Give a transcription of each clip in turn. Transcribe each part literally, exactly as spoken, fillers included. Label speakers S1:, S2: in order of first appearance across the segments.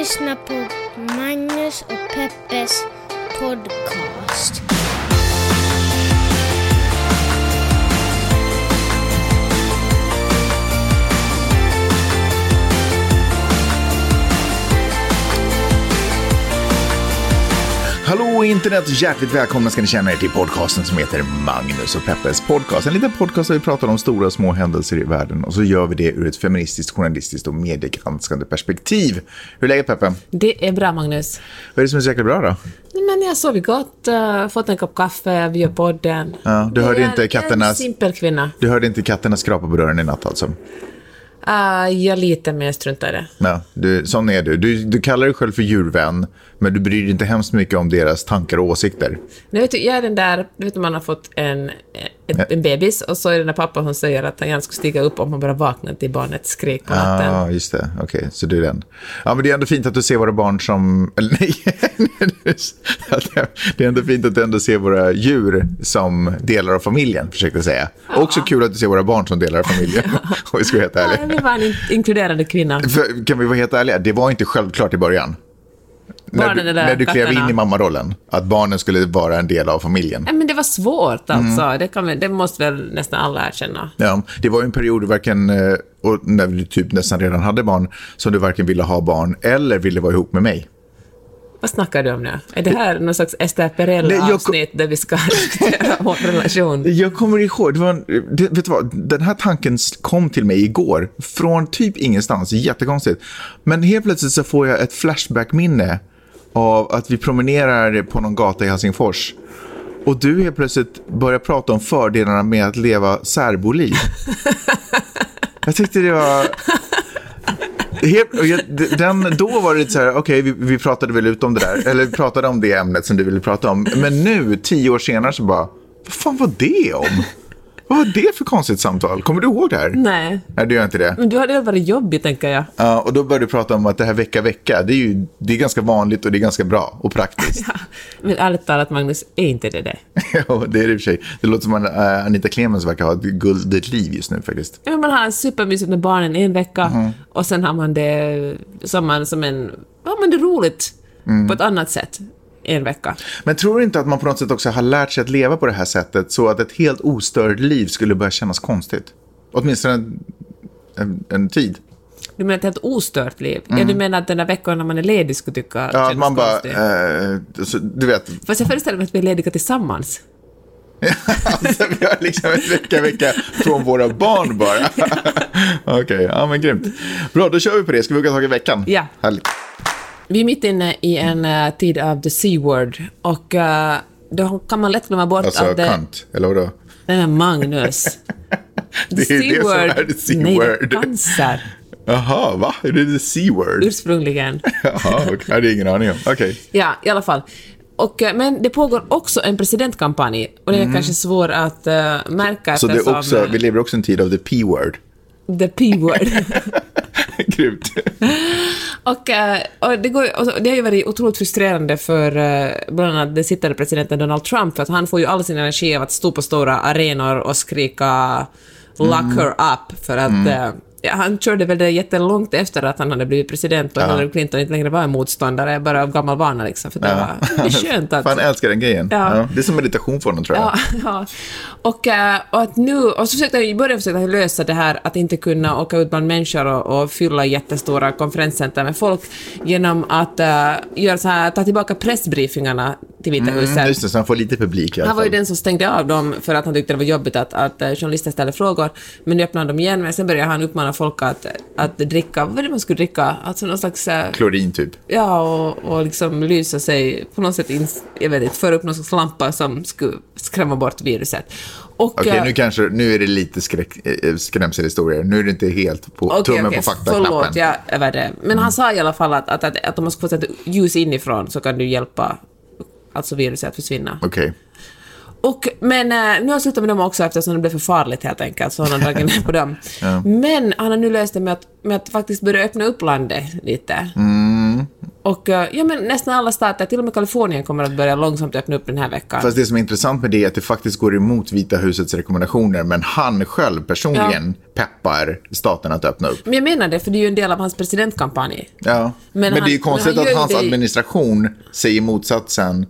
S1: lyssnar på Magnus och Peppes podcast.
S2: Hallå internet, hjärtligt välkomna ska ni känna er till podcasten som heter Magnus och Peppes podcast. En liten podcast där vi pratar om stora och små händelser i världen. Och så gör vi det ur ett feministiskt, journalistiskt och mediegranskande perspektiv. Hur är läget, Peppe?
S3: Det är bra, Magnus.
S2: Vad är det som är så jäkla bra då?
S3: Men jag sov gott, uh, fått en kopp kaffe, vi gör podden.
S2: Ja, du hörde inte katterna...
S3: En simpel kvinna.
S2: Du hörde inte katterna skrapa på dörren i natt alltså?
S3: Uh, jag lite mer struntade.
S2: Ja, du, sån är du. du. Du kallar dig själv för djurvän, men du bryr dig inte hemskt mycket om deras tankar och åsikter.
S3: Nu vet du, jag är den där, du vet man har fått en, en, en bebis och så är det den där pappa som säger att han gärna ska stiga upp om han bara vaknar till barnets skrik på natten.
S2: Ja, ah, just det. Okej, okay, så du är den. Ja, men det är ändå fint att du ser våra barn som... Eller nej, det är ändå fint att du ändå ser våra djur som delar av familjen, försökte jag säga. Ja. Också kul att du ser våra barn som delar av familjen, om vi ska vara helt ärliga.
S3: Ja, vi var en in- inkluderande kvinna.
S2: För, kan vi vara helt ärliga? Det var inte självklart i början. När du, när du klev in i mammarollen, att barnen skulle vara en del av familjen.
S3: Ja, men det var svårt alltså. Mm. Det, kan vi, det måste väl nästan alla erkänna.
S2: Ja, det var ju en period verkligen, och när du typ nästan redan hade barn, som du varken ville ha barn eller ville vara ihop med mig.
S3: Vad snackar du om nu? Är det här någon slags Esther Perel-avsnitt där vi ska diskutera vår relation? Jag
S2: kommer ihåg, det var, det, vet du vad, den här tanken kom till mig igår från typ ingenstans, jättekonstigt. Men helt plötsligt så får jag ett flashback-minne av att vi promenerar på någon gata i Helsingfors. Och du helt plötsligt börjar prata om fördelarna med att leva särboliv. Jag tyckte det var... Helt, och jag, den, då var det lite så här, okej, okay, vi, vi pratade väl ut om det där. Eller vi pratade om det ämnet som du ville prata om. Men nu, tio år senare, så bara, vad fan var det om? Vad var det för konstigt samtal? Kommer du ihåg det här?
S3: Nej.
S2: Nej, du gör inte det.
S3: Men du hade väl varit jobbigt, tänker jag.
S2: Ja, och då började du prata om att det här vecka vecka, det är ju det är ganska vanligt och det är ganska bra och praktiskt.
S3: Ja, men ärligt talat, Magnus, är inte det det?
S2: Ja, det är det i och för sig. Det låter som att uh, Anita Clemens verkar ha ett guldigt liv just nu faktiskt.
S3: Ja, man har en supermysigt med barnen en vecka mm. och sen har man det som, man, som en, ja, men det är roligt mm. på ett annat sätt. En vecka.
S2: Men tror du inte att man på något sätt också har lärt sig att leva på det här sättet så att ett helt ostörd liv skulle börja kännas konstigt? Åtminstone en, en, en tid.
S3: Du menar ett helt ostört liv? Mm. Ja, du menar att den där veckan när man är ledig skulle tycka
S2: ja, man bara, eh, så, du vet.
S3: Fast jag föreställer mig att vi är lediga tillsammans.
S2: Alltså, vi har liksom en vecka vecka från våra barn bara. Okej, okay, ja men grymt. Bra, då kör vi på det. Ska vi åka tag i veckan?
S3: Ja.
S2: Härligt.
S3: Vi är mitt inne i en uh, tid av the C-word och uh, då kan man lätt glömma bort
S2: alltså,
S3: att det...
S2: Alltså kant, eller vadå?
S3: Den är Magnus.
S2: Det är det som är the C-word.
S3: Nej, det är cancer.
S2: Jaha, va? Är det the C-word?
S3: Ursprungligen.
S2: Jaha, okay. Det är ingen aning om. Okej. Okay.
S3: Ja, i alla fall. Och, men det pågår också en presidentkampanj och det är mm. kanske svår att uh, märka.
S2: Så det är också, som, vi lever också en tid av the P-word.
S3: The P-word.
S2: Grymt.
S3: Och, och, det går, och det har ju varit otroligt frustrerande för bland annat den sittande presidenten Donald Trump, för att han får ju all sin energi av att stå på stora arenor och skrika lock mm. her up, för att mm. ja, han körde väl det jättelångt efter att han hade blivit president och ja. Hillary Clinton inte längre var en motståndare, bara av gammal vana liksom, för det,
S2: ja.
S3: var, det är skönt att...
S2: Fan älskar den grejen. Ja. Ja, det är som meditation för honom, tror jag.
S3: Ja, ja. Och, och att nu, och så försökte jag i början försökte jag lösa det här att inte kunna åka ut bland människor och, och fylla jättestora konferenscenter med folk genom att uh, göra så här, ta tillbaka pressbriefingarna till Vita huset.
S2: Mm, just det, så han får lite publik i alla fall.
S3: Han var ju den som stängde av dem för att han tyckte det var jobbigt att, att journalister ställde frågor, men nu öppnade de igen, men sen började han uppmana folk att, att dricka, vad är det man skulle dricka? Alltså någon slags...
S2: klorin typ.
S3: Ja, och, och liksom lysa sig på något sätt, in, jag vet inte, för upp någon slags lampa som skulle skrämma bort viruset.
S2: Okej, okay, nu kanske, nu är det lite skräck, skrämselhistorier. Nu är det inte helt på
S3: okay,
S2: tummen
S3: okay,
S2: på faktaknappen.
S3: Förlåt, jag, jag vet det. Men mm. han sa i alla fall att, att, att, att om man ska få sätta ljus inifrån så kan du hjälpa alltså viruset att försvinna.
S2: Okej. Okay.
S3: Och, men nu har jag slutat med dem också eftersom det blev för farligt helt enkelt, så han har dragit ner på dem. Ja. Men han har nu löst det med att, med att faktiskt börja öppna upp landet lite.
S2: Mm.
S3: Och ja, men nästan alla stater, till och med Kalifornien, kommer att börja långsamt öppna upp den här veckan.
S2: Fast det som är intressant med det är att det faktiskt går emot Vita husets rekommendationer, men han själv personligen ja. peppar staten att öppna upp.
S3: Men jag menar det, för det är ju en del av hans presidentkampanj.
S2: Ja, men, men han, det är ju konstigt att hans det... administration säger motsatsen.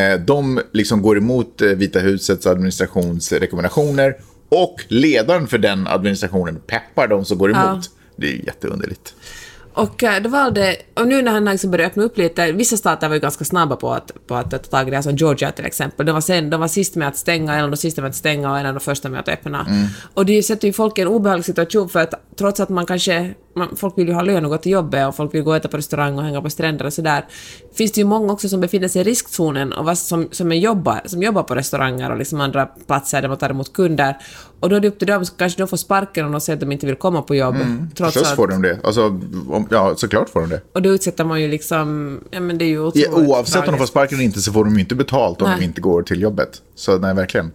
S2: De liksom går emot Vita husets administrations rekommendationer och ledaren för den administrationen peppar de som går emot. Ja. Det är ju jätteunderligt.
S3: Och, det valde, och nu när han liksom började öppna upp lite, vissa stater var ju ganska snabba på att, på att ta tag i det här, som Georgia till exempel. De var, sen, de var sist med att stänga, en av de sista med att stänga och en av de första med att öppna. Mm. Och det sätter ju folk i en obehaglig situation, för att trots att man kanske, man, folk vill ju ha lön och gå till jobbet och folk vill gå och äta på restaurang och hänga på stränder och sådär, finns det ju många också som befinner sig i riskzonen och vad som, som, är jobbar, som jobbar på restauranger och liksom andra platser där man tar emot kunder. Och då är det upp till dem, så kanske de får sparken och de säger att de inte vill komma på jobb.
S2: Mm.
S3: Trots
S2: att... får de det. Alltså, om, ja, såklart får de det.
S3: Och då utsätter man ju liksom, ja men det är ju otroligt.
S2: Ja, oavsett om de får sparken eller inte så får de ju inte betalt om nej. de inte går till jobbet. Så nej, verkligen.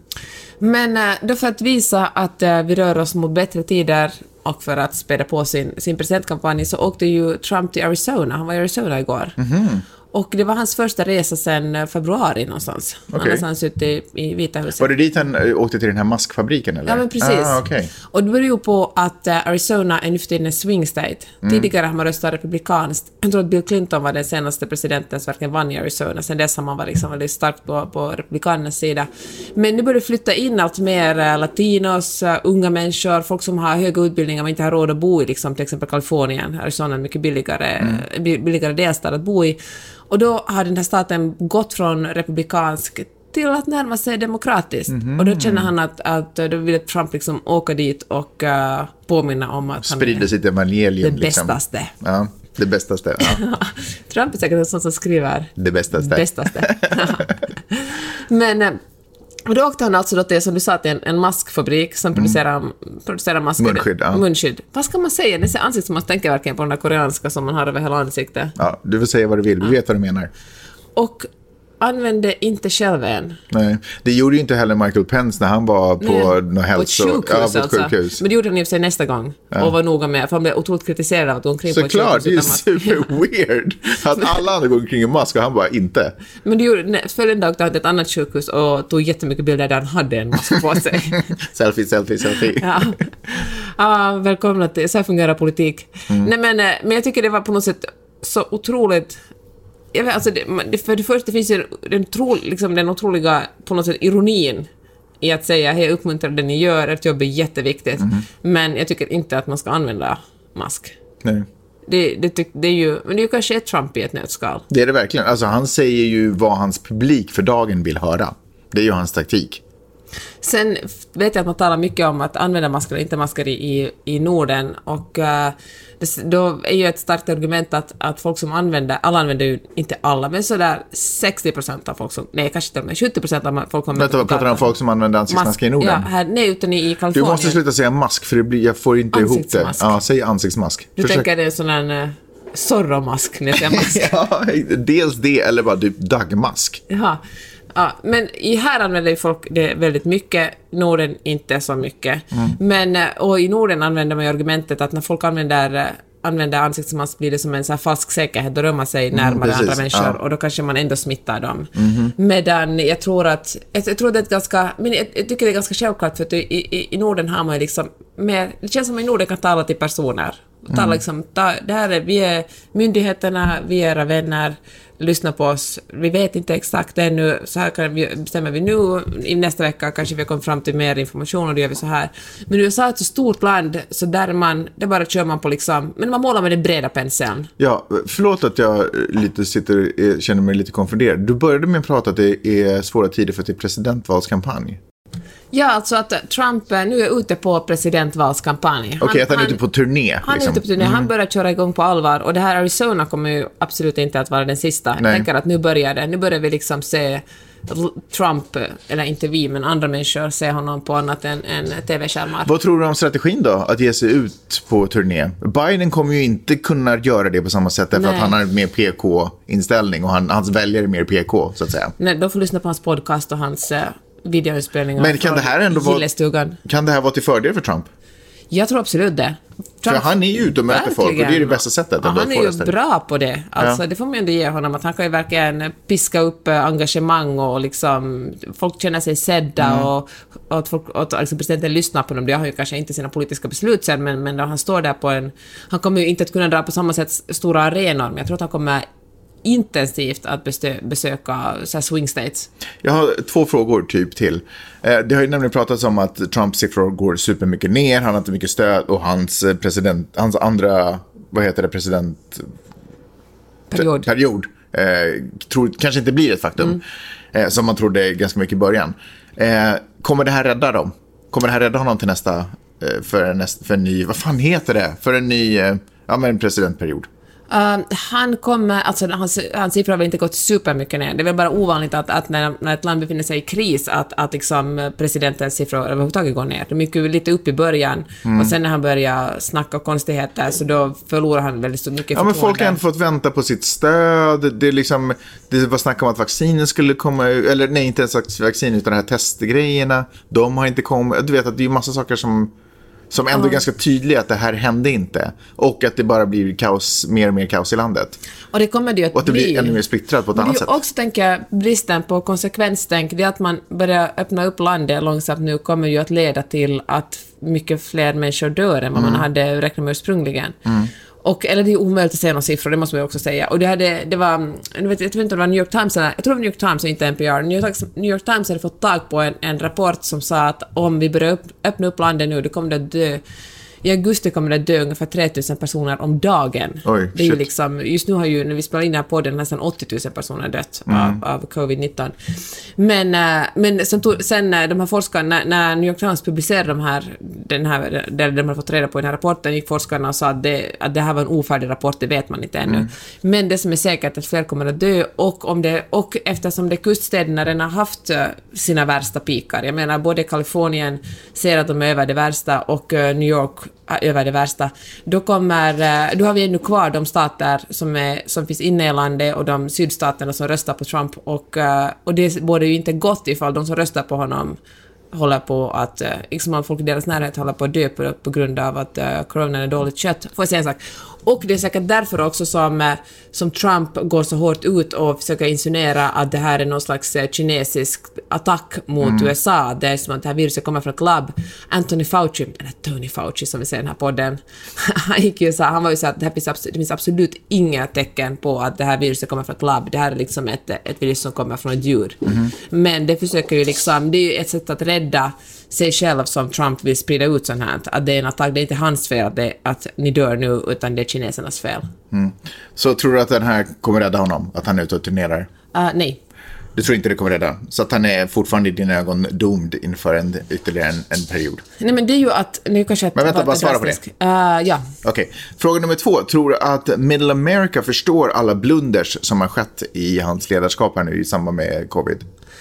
S3: Men då för att visa att vi rör oss mot bättre tider och för att späda på sin, sin presidentkampanj, så åkte ju Trump till Arizona. Han var i Arizona igår. Mm-hmm. Och det var hans första resa sedan februari någonstans. Okay. Annars han suttit i, i Vita huset.
S2: Var det dit han åkte till den här maskfabriken eller?
S3: Ja, men precis.
S2: Ah, okay.
S3: Och det beror ju på att Arizona är nu för tiden en swing state. Mm. Tidigare har man röstat republikanskt. Jag tror att Bill Clinton var den senaste presidenten som verkligen vann i Arizona. Sen dess har man varit liksom väldigt starkt på, på republikanernas sida. Men nu börjar det flytta in allt mer latinos, unga människor, folk som har höga utbildningar men inte har råd att bo i, liksom till exempel Kalifornien. Arizona är en mycket billigare, mm. billigare delstat att bo i. Och då har den här staten gått från republikansk till att närma sig demokratiskt. Mm-hmm. Och då känner han att, att då vill Trump liksom åka dit och uh, påminna om att
S2: sprider
S3: han är
S2: sitt evangelium.
S3: Det liksom. bästaste.
S2: Ja, det bästaste. Ja.
S3: Trump är säkert en sån som skriver
S2: det bästaste.
S3: bästaste. Men... Och då åkte han alltså då till, som du sa, till en, en maskfabrik som producerar, mm. producerar masker.
S2: Munskydd, ja.
S3: Munskydd. Vad ska man säga? Det ser ansiktet som man tänker verkligen på den där koreanska som man har över hela ansiktet.
S2: Ja, du vill säga vad du vill. Vi ja. vet vad du menar.
S3: Och använde inte själv än.
S2: Nej, det gjorde ju inte heller Michael Pence när han var på något hälso...
S3: På ett sjukhus, ja, på ett sjukhus. Alltså. Men det gjorde han i och för sig nästa gång. Ja. Och var noga med, för han blev otroligt kritiserad av att gå omkring
S2: så
S3: på ett
S2: klart,
S3: sjukhus.
S2: Så klart, det är super weird. Att alla andra går omkring i mask och han bara inte.
S3: Men det gjorde, följande dag tog han ett annat sjukhus och tog jättemycket bilder där han hade en mask på sig.
S2: selfie, selfie, selfie.
S3: Ja. Ja, välkomna till, så här fungerar politik. Mm. Nej, men, men jag tycker det var på något sätt så otroligt... Jag vet, alltså det, för det första finns ju den, tro, liksom den otroliga på något sätt ironin i att säga hej, uppmuntrar det ni gör, ert jobb är jätteviktigt. Mm. Men jag tycker inte att man ska använda mask.
S2: Nej.
S3: Det, det, det är ju, men det är ju kanske ett Trump i ett nötskal.
S2: Det är det verkligen. Alltså han säger ju vad hans publik för dagen vill höra. Det är ju hans taktik.
S3: Sen vet jag att man talar mycket om att använda masker och inte masker i, i Norden. Och uh, det, då är ju ett starkt argument att, att folk som använder, alla använder ju inte alla, men sådär sextio procent av folk som, nej kanske till och med sjuttio procent av folk som...
S2: Vänta, vad pratar du om folk som använder ansiktsmasker i Norden?
S3: Ja, här, nej, utan i, i Kalifornien.
S2: Du måste sluta säga mask för det blir, jag får inte ihop det. Ja, säg ansiktsmask.
S3: Du Försök. tänker det är en sån här... Uh, Zorro-mask när jag säger mask.
S2: Ja, dels det eller bara typ dagmask.
S3: Jaha. Ja, men i här använder ju folk det väldigt mycket, Norden inte så mycket. Mm. Men, och i Norden använder man ju argumentet att när folk använder, använder ansiktsmask blir det som en så här falsk säkerhet, då rör man sig närmare mm, andra människor ja. och då kanske man ändå smittar dem. Mm. Medan jag tror att, jag, jag tror det är ett ganska, men jag, jag tycker det är ganska självklart för att i, i, i Norden har man ju liksom mer, det känns som att i Norden kan tala till personer. Ta, mm. liksom, ta, det här är, vi är myndigheterna, vi är era vänner, lyssna på oss. Vi vet inte exakt ännu, så här kan vi, bestämmer vi nu. I nästa vecka kanske vi kommer fram till mer information och då gör vi så här. Men U S A är ett så stort land så där man, det bara kör man på liksom, men man målar med den breda penseln.
S2: Ja, förlåt att jag lite sitter, känner mig lite konfunderad. Du började med att prata att det är svåra tider för att det är presidentvalskampanj.
S3: Ja, alltså att Trump nu är ute på presidentvalskampanj.
S2: Okej, okay, att han är ute på turné.
S3: Han liksom. är ute på turné, mm. han börjar köra igång på allvar. Och det här Arizona kommer ju absolut inte att vara den sista. Nej. Jag tänker att nu börjar det. Nu börjar vi liksom se Trump, eller inte vi, men andra människor se honom på annat än, än tv-skärmar.
S2: Vad tror du om strategin då? Att ge sig ut på turné? Biden kommer ju inte kunna göra det på samma sätt därför Nej. att han har mer P K-inställning och han, hans väljare är mer P K, så att säga.
S3: Nej, de får lyssna på hans podcast och hans... videoinspelningar.
S2: Men kan det här ändå vara, kan det här vara till fördel för Trump?
S3: Jag tror absolut det.
S2: Trump, för han är ju ute och möter folk och det är det bästa sättet.
S3: Ja, han är ju bra på det. Alltså, ja. Det får man ju ändå ge honom. Att han kan ju verkligen piska upp engagemang och liksom, folk känner sig sedda mm. och, och att, folk, att alltså, presidenten lyssnar på dem. Det har ju kanske inte sina politiska beslut sen, men, men då han står där på en... Han kommer ju inte att kunna dra på samma sätt stora arenor, men jag tror att han kommer intensivt att bestö- besöka så här swing states. Jag
S2: har två frågor typ till. Eh, det har ju nämligen pratats om att Trumps siffror går supermycket ner, han har inte mycket stöd och hans president, hans andra, vad heter det, president
S3: period,
S2: period eh, tror, kanske inte blir ett faktum mm. eh, som man trodde ganska mycket i början. Eh, kommer det här rädda dem? Kommer det här rädda honom till nästa eh, för, nästa, för en ny, vad fan heter det? För en ny eh, ja, men presidentperiod?
S3: Uh, han kommer, alltså hans, hans siffror har väl inte gått supermycket ner. Det är väl bara ovanligt att, att när, när ett land befinner sig i kris att, att liksom presidentens siffror överhuvudtaget går ner. De gick ju lite upp i början mm. och sen när han börjar snacka konstigheter så då förlorar han väldigt mycket
S2: förtroende. Ja, men folk har inte fått vänta på sitt stöd. Det, är liksom, det var snack om att vaccinen skulle komma, eller nej, inte ens vaccin utan de här testgrejerna. De har inte kommit. Du vet att det är massa saker som Som ändå är uh-huh. ganska tydligt att det här hände inte. Och att det bara blir kaos, mer och mer kaos i landet.
S3: Och det kommer det ju att,
S2: och att det
S3: bli.
S2: blir ännu mer splittrat på ett annat sätt.
S3: Och också tänker jag, bristen på konsekvenstänk, det är att man börjar öppna upp landet långsamt nu kommer ju att leda till att mycket fler människor dör än vad mm. man hade räknat med ursprungligen. Mm. Och, eller det är omöjligt att säga några siffror, det måste man också säga. Och det, hade, det var, jag vet, jag vet inte om det var New York Times, eller, jag tror det var New York Times och inte N P R. New York, New York Times hade fått tag på en, en rapport som sa att om vi börjar upp, öppna upp landet nu, då kommer det dö. I augusti kommer det dö ungefär tre tusen personer om dagen.
S2: Oj,
S3: det är ju liksom, just nu har ju, när vi spelar in här på den, nästan åttio tusen personer dött mm. av, av covid nitton. Men, men sen, tog, sen de här forskarna, när, när New York Times publicerade de här, den här, där de har fått reda på den här rapporten, gick forskarna och sa att det, att det här var en ofärdig rapport, det vet man inte ännu. Mm. Men det som är säkert är att fler kommer att dö och, om det, och eftersom det kuststäderna redan har haft sina värsta pikar, jag menar både Kalifornien ser att de är över det värsta och New York över det värsta, då kommer, då har vi ännu kvar de stater som, är, som finns inne i landet och de sydstaterna som röstar på Trump och, och det borde ju inte gott ifall de som röstar på honom håller på att, liksom att folk i deras närhet håller på att dö på, på grund av att uh, corona är dåligt kött. Får jag säga en sak? Och det är säkert därför också som, som Trump går så hårt ut och försöker insinuera att det här är någon slags kinesisk attack mot mm. U S A. Det är som att det här viruset kommer från ett labb. Anthony Fauci, eller Tony Fauci som vi ser i den här podden, han, gick ju så, han var ju så att det, här finns absolut, det finns absolut inga tecken på att det här viruset kommer från ett labb. Det här är liksom ett, ett virus som kommer från ett djur. Mm. Men det försöker ju liksom, det är ju ett sätt att rädda sig själv som Trump vill sprida ut sånt här. Att det är en attack, det är inte hans fel att, det, att ni dör nu, utan det är kinesernas fel.
S2: Mm. Så tror du att den här kommer rädda honom? Att han är ute och turnerar?
S3: Uh, nej.
S2: Du tror inte det kommer rädda? Så att han är fortfarande i dina ögon doomed inför en, ytterligare en, en period?
S3: Nej, men det är ju att... Nu kanske
S2: men vänta, bara svara på det.
S3: Uh, ja.
S2: Okej. Okay. Fråga nummer två. Tror du att Middle America förstår alla blunders som har skett i hans ledarskap här nu i samband med covid?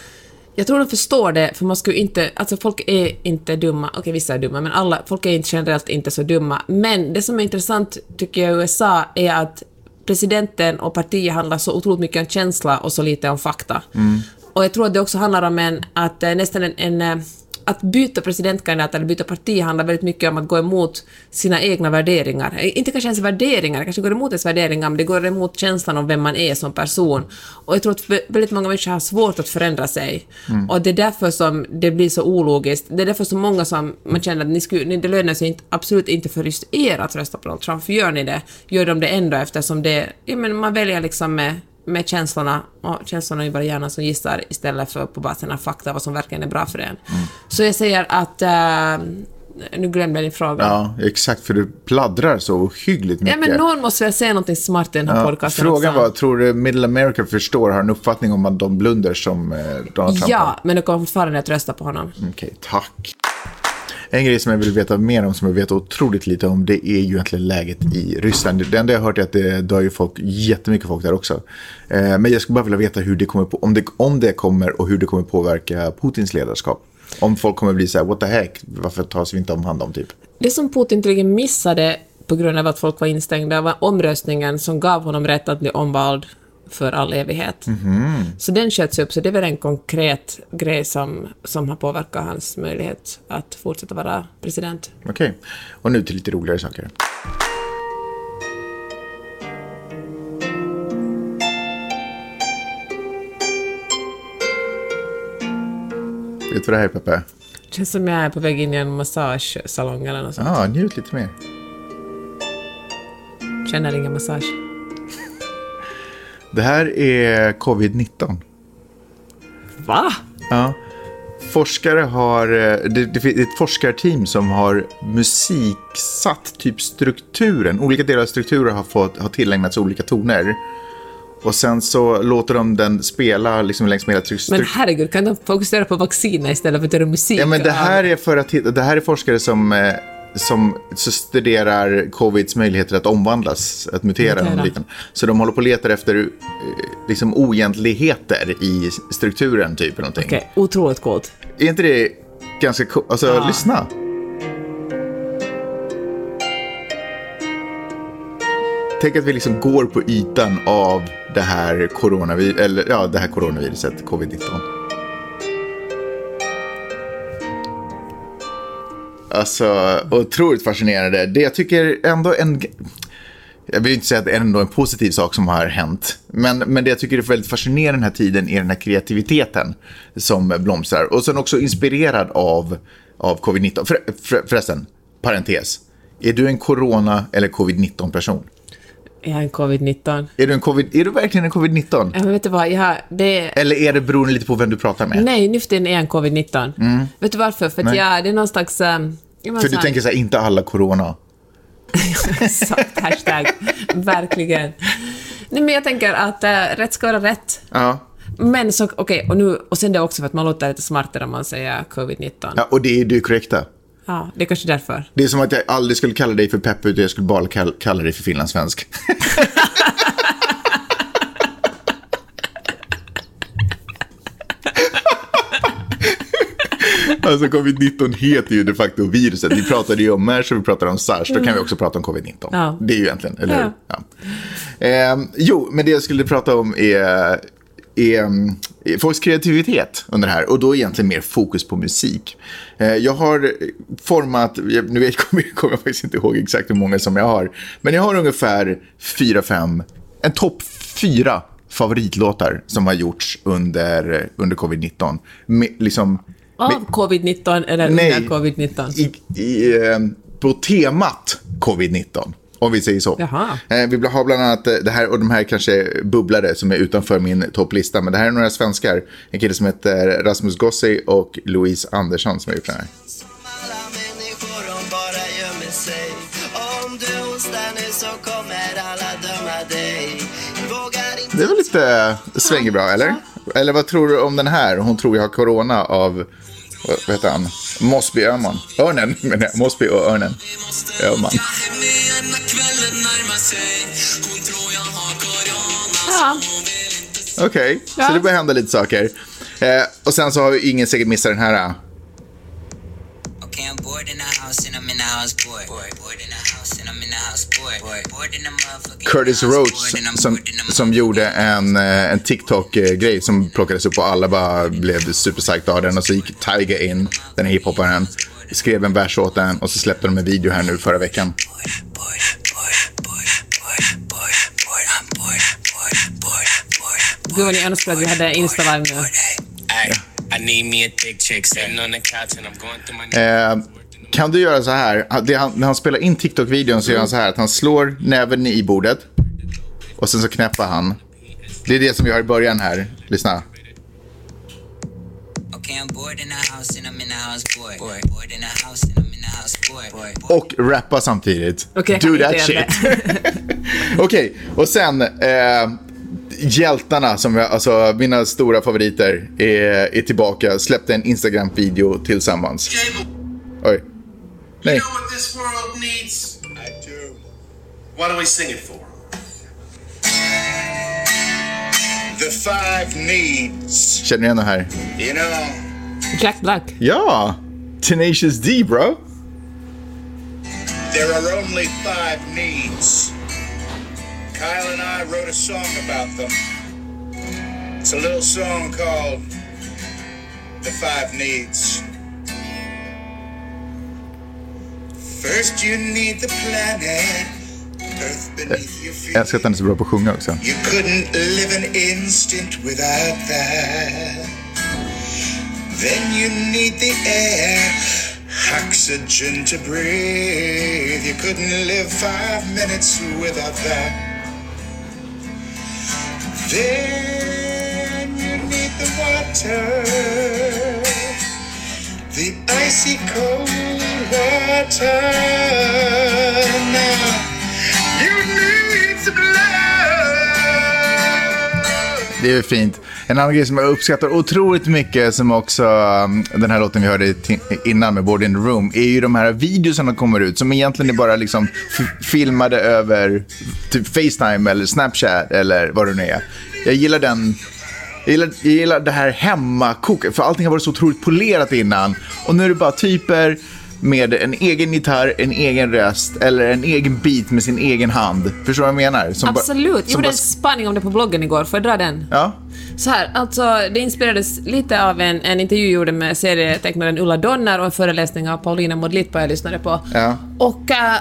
S3: Jag tror de förstår det, för man ska ju inte, alltså folk är inte dumma, okej okay, vissa är dumma, men alla, folk är inte generellt inte så dumma. Men det som är intressant tycker jag i U S A är att presidenten och partiet handlar så otroligt mycket om känsla och så lite om fakta. Mm. Och jag tror att det också handlar om en, att nästan en, en att byta presidentkandidat eller byta parti handlar väldigt mycket om att gå emot sina egna värderingar. Inte kanske ens värderingar, kanske går emot ens värderingar, men det går emot känslan om vem man är som person. Och jag tror att väldigt många människor har svårt att förändra sig. Mm. Och det är därför som det blir så ologiskt. Det är därför så många som man känner att ni skulle, det lönar sig inte, absolut inte för just er att rösta på Donald Trump. För gör ni det, gör de det ändå eftersom det, ja, men man väljer liksom med med känslorna, och känslorna är ju bara hjärnan som gissar istället för på basen av fakta vad som verkligen är bra för en. Mm. Så jag säger att äh, nu glömde jag din fråga.
S2: Ja, exakt, för du pladdrar så hyggligt mycket.
S3: Ja, men någon måste väl säga någonting smart i den här ja, podcasten.
S2: Frågan också var, tror du Middle America förstår, har en uppfattning om att de blunders som eh, Donald Trump?
S3: Ja, men det kommer fortfarande att rösta på honom.
S2: Okej, okay, tack. En grej som jag vill veta mer om, som jag vet otroligt lite om, det är ju egentligen läget i Ryssland. Det enda jag har hört är att det dör ju folk, jättemycket folk där också. Eh, men jag skulle bara vilja veta hur det kommer på, om, det, om det kommer och hur det kommer påverka Putins ledarskap. Om folk kommer bli så här, what the heck, varför tas vi inte om hand om typ?
S3: Det som Putin tydligen missade på grund av att folk var instängda var omröstningen som gav honom rätt att bli omvald för all evighet.
S2: Mm-hmm.
S3: Så den sköts upp, så det är väl en konkret grej som, som har påverkat hans möjlighet att fortsätta vara president.
S2: Okej, okay. Och nu till lite roligare saker. Vet du vad det här är, Peppe?
S3: Det känns som jag är på väg in i en massagesalong eller något sånt.
S2: Ja, ah, njut lite mer.
S3: Känner ingen massage.
S2: Det här är covid nitton.
S3: Va?
S2: Ja. Forskare har... Det, det är ett forskarteam som har musiksatt typ strukturen. Olika delar av strukturer har, fått, har tillägnats olika toner. Och sen så låter de den spela liksom längs med hela strukturen.
S3: Men herregud, kan de fokusera på vacciner istället för att göra musik?
S2: Ja, men det här är för att det här är forskare som som studerar covids möjligheter att omvandlas, att mutera. Mutera. Så de håller på att leta efter liksom oegentligheter i strukturen typ eller någonting.
S3: Okej, okay, otroligt coolt.
S2: Är inte det ganska coolt? Alltså, ja. Lyssna. Tänk att vi liksom går på ytan av det här coronavirus, eller ja, det här coronaviruset, covid nitton. Alltså, otroligt fascinerande. Det jag tycker ändå en... Jag vill inte säga att det är ändå en positiv sak som har hänt. Men, men det jag tycker är väldigt fascinerande den här tiden är den här kreativiteten som blomstrar. Och sen också inspirerad av, av covid nitton. För, för, förresten, parentes. Är du en corona- eller covid nitton person?
S3: Jag är en covid nitton.
S2: Är du, en COVID, är du verkligen en covid nitton?
S3: Ja, men vet du vad? Jag, det...
S2: Eller är det beroende lite på vem du pratar med?
S3: Nej, nyften är en covid nitton. Mm. Vet du varför? För att jag, det är någon slags... Um,
S2: För du tänker så här, inte alla corona.
S3: Exakt, hashtag. Verkligen. Nej, men jag tänker att uh, rätt ska vara rätt.
S2: Ja.
S3: Men så, okej, okay, och nu, och sen det också för att man låter lite smartare om man säger covid nitton.
S2: Ja, och det är du korrekta.
S3: Ja, det är kanske därför.
S2: Det är som att jag aldrig skulle kalla dig för Peppe, utan jag skulle bara kalla, kalla dig för finlandssvensk. Alltså covid nitton heter ju de facto viruset. Vi pratade ju om MERS och vi pratade om SARS. Då kan vi också prata om covid nitton. Ja. Det är ju egentligen, eller hur? Ja. Ja. Eh, jo, men det jag skulle prata om är... är folks kreativitet under det här, och då egentligen mer fokus på musik. Jag har format, nu vet, kommer, kommer jag faktiskt inte ihåg exakt hur många som jag har, men jag har ungefär fyra, fem, en topp fyra favoritlåtar som har gjorts under, under covid nitton. Med, liksom,
S3: Av med, covid nitton eller nej, under covid nitton?
S2: I, i, på temat covid nitton. Om vi säger så.
S3: Jaha.
S2: Vi har bland annat det här, och de här kanske bubblare som är utanför min topplista. Men det här är några svenskar. En kille som heter Rasmus Gossi och Louise Andersson som har gjort den här. Det var lite svänger bra, eller? Eller vad tror du om den här? Hon tror jag har corona av... Vad heter han? Mosby Öhman. Örnen, men jag. Mosby och Örnen. Öhman.
S3: Ja.
S2: Okej, okay. Ja. Så det börjar hända lite saker. Eh, och sen så har vi ingen säkert missat den här. Curtis Rhodes som, som gjorde en, en TikTok-grej som plockades upp och alla bara blev superpsyched av den. Och så gick Tiger in, den här hiphopparen, skrev en vers åt den och så släppte de en video här nu förra veckan.
S3: Gud vad ni önskar att vi hade Insta-live nu.
S2: Eh, kan du göra så här? Det han, när han spelar in TikTok-videon så gör han så här att han slår näven i bordet och sen så knäppar han. Det är det som vi har i början här. Lyssna. Och rappa samtidigt.
S3: Okay,
S2: Do that shit. Okej, okay, och sen eh, hjältarna som jag, alltså mina stora favoriter är, är tillbaka. Släppte en Instagram-video tillsammans. Oj. Nej.
S4: You know what this world needs? I do. Why don't we sing it for them? The five needs.
S2: Känner ni igen det här?
S4: You know.
S3: Jack Black.
S2: Ja. Tenacious D, bro.
S4: There are only five needs. Kyle and I wrote a song about them.
S5: It's a little song called The Five Needs. First you need the planet, earth beneath your feet.
S2: Jag älskar att han är så bra på att sjunga också.
S5: You couldn't live an instant without that. Then you need the air, oxygen to breathe. You couldn't live five minutes without that. Then you need the water, the icy cold water. Now you need some love.
S2: Det är ju fint. En annan grej som jag uppskattar otroligt mycket, som också um, den här låten vi hörde t- innan med Board in the Room, är ju de här videos som kommer ut som egentligen är bara liksom f- filmade över typ FaceTime eller Snapchat eller vad det nu är. Jag gillar den. Jag gillar, jag gillar det här hemmakoket, för allting har varit så otroligt polerat innan, och nu är det bara typer med en egen gitarr, en egen röst eller en egen beat med sin egen hand. Förstår du vad jag menar? Som
S3: Absolut.
S2: Ba,
S3: jag gjorde
S2: bara...
S3: en spaning om det på bloggen igår. Får jag dra den?
S2: Ja.
S3: Så här, alltså det inspirerades lite av en, en intervju jag gjorde med serietecknaren Ulla Donner och en föreläsning av Paulina Modlitpa jag lyssnade på.
S2: Ja.
S3: Och äh,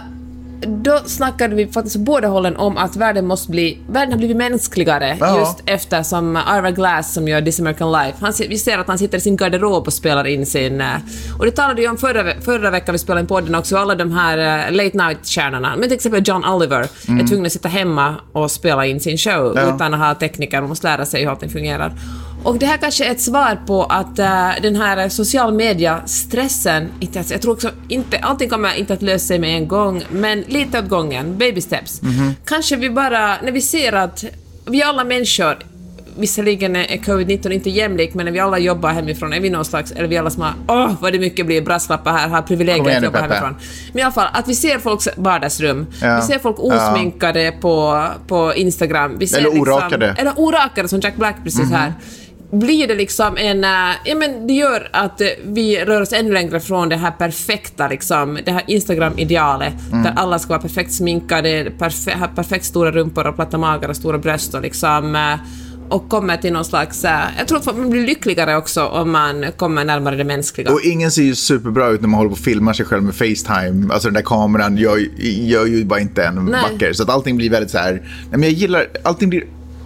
S3: då snackade vi faktiskt på båda hållen om att världen måste bli, världen har blivit mänskligare,
S2: ja.
S3: just efter som Ira Glass som gör This American Life. Han, vi ser att han sitter i sin garderob och spelar in sin... Och det talade ju om förra, förra veckan vi spelade in podden också, alla de här uh, late night-kärnorna. Men till exempel John Oliver mm. är tvungen att sitta hemma och spela in sin show ja. utan att ha tekniker och måste lära sig hur allting fungerar. Och det här kanske är ett svar på att uh, den här social media-stressen, inte, jag tror också inte, allting kommer inte att lösa sig med en gång, men lite åt gången, baby steps. Mm-hmm. Kanske vi bara, när vi ser att vi alla människor, visserligen är covid nitton inte jämlik, men när vi alla jobbar hemifrån, är vi någon slags, eller vi alla som har, åh vad det mycket blir brasklappar här, har privilegier att jobba hemifrån. Men i alla fall, att vi ser folks vardagsrum, ja. vi ser folk osminkade ja. på, på Instagram. Vi ser
S2: eller
S3: liksom,
S2: orakade.
S3: Eller orakade, som Jack Black precis mm-hmm. här. Blir det liksom en... Ja, men det gör att vi rör oss ännu längre från det här perfekta, liksom, det här Instagram-idealet, mm. där alla ska vara perfekt sminkade, perfe- ha perfekt stora rumpor och platta magar och stora bröst och liksom... Och kommer till någon slags... Jag tror att man blir lyckligare också om man kommer närmare det mänskliga.
S2: Och ingen ser ju superbra ut när man håller på och filmar sig själv med FaceTime. Alltså den där kameran gör, gör ju bara inte en vacker. Så att allting blir väldigt så här... Nej, men jag gillar... Allting blir...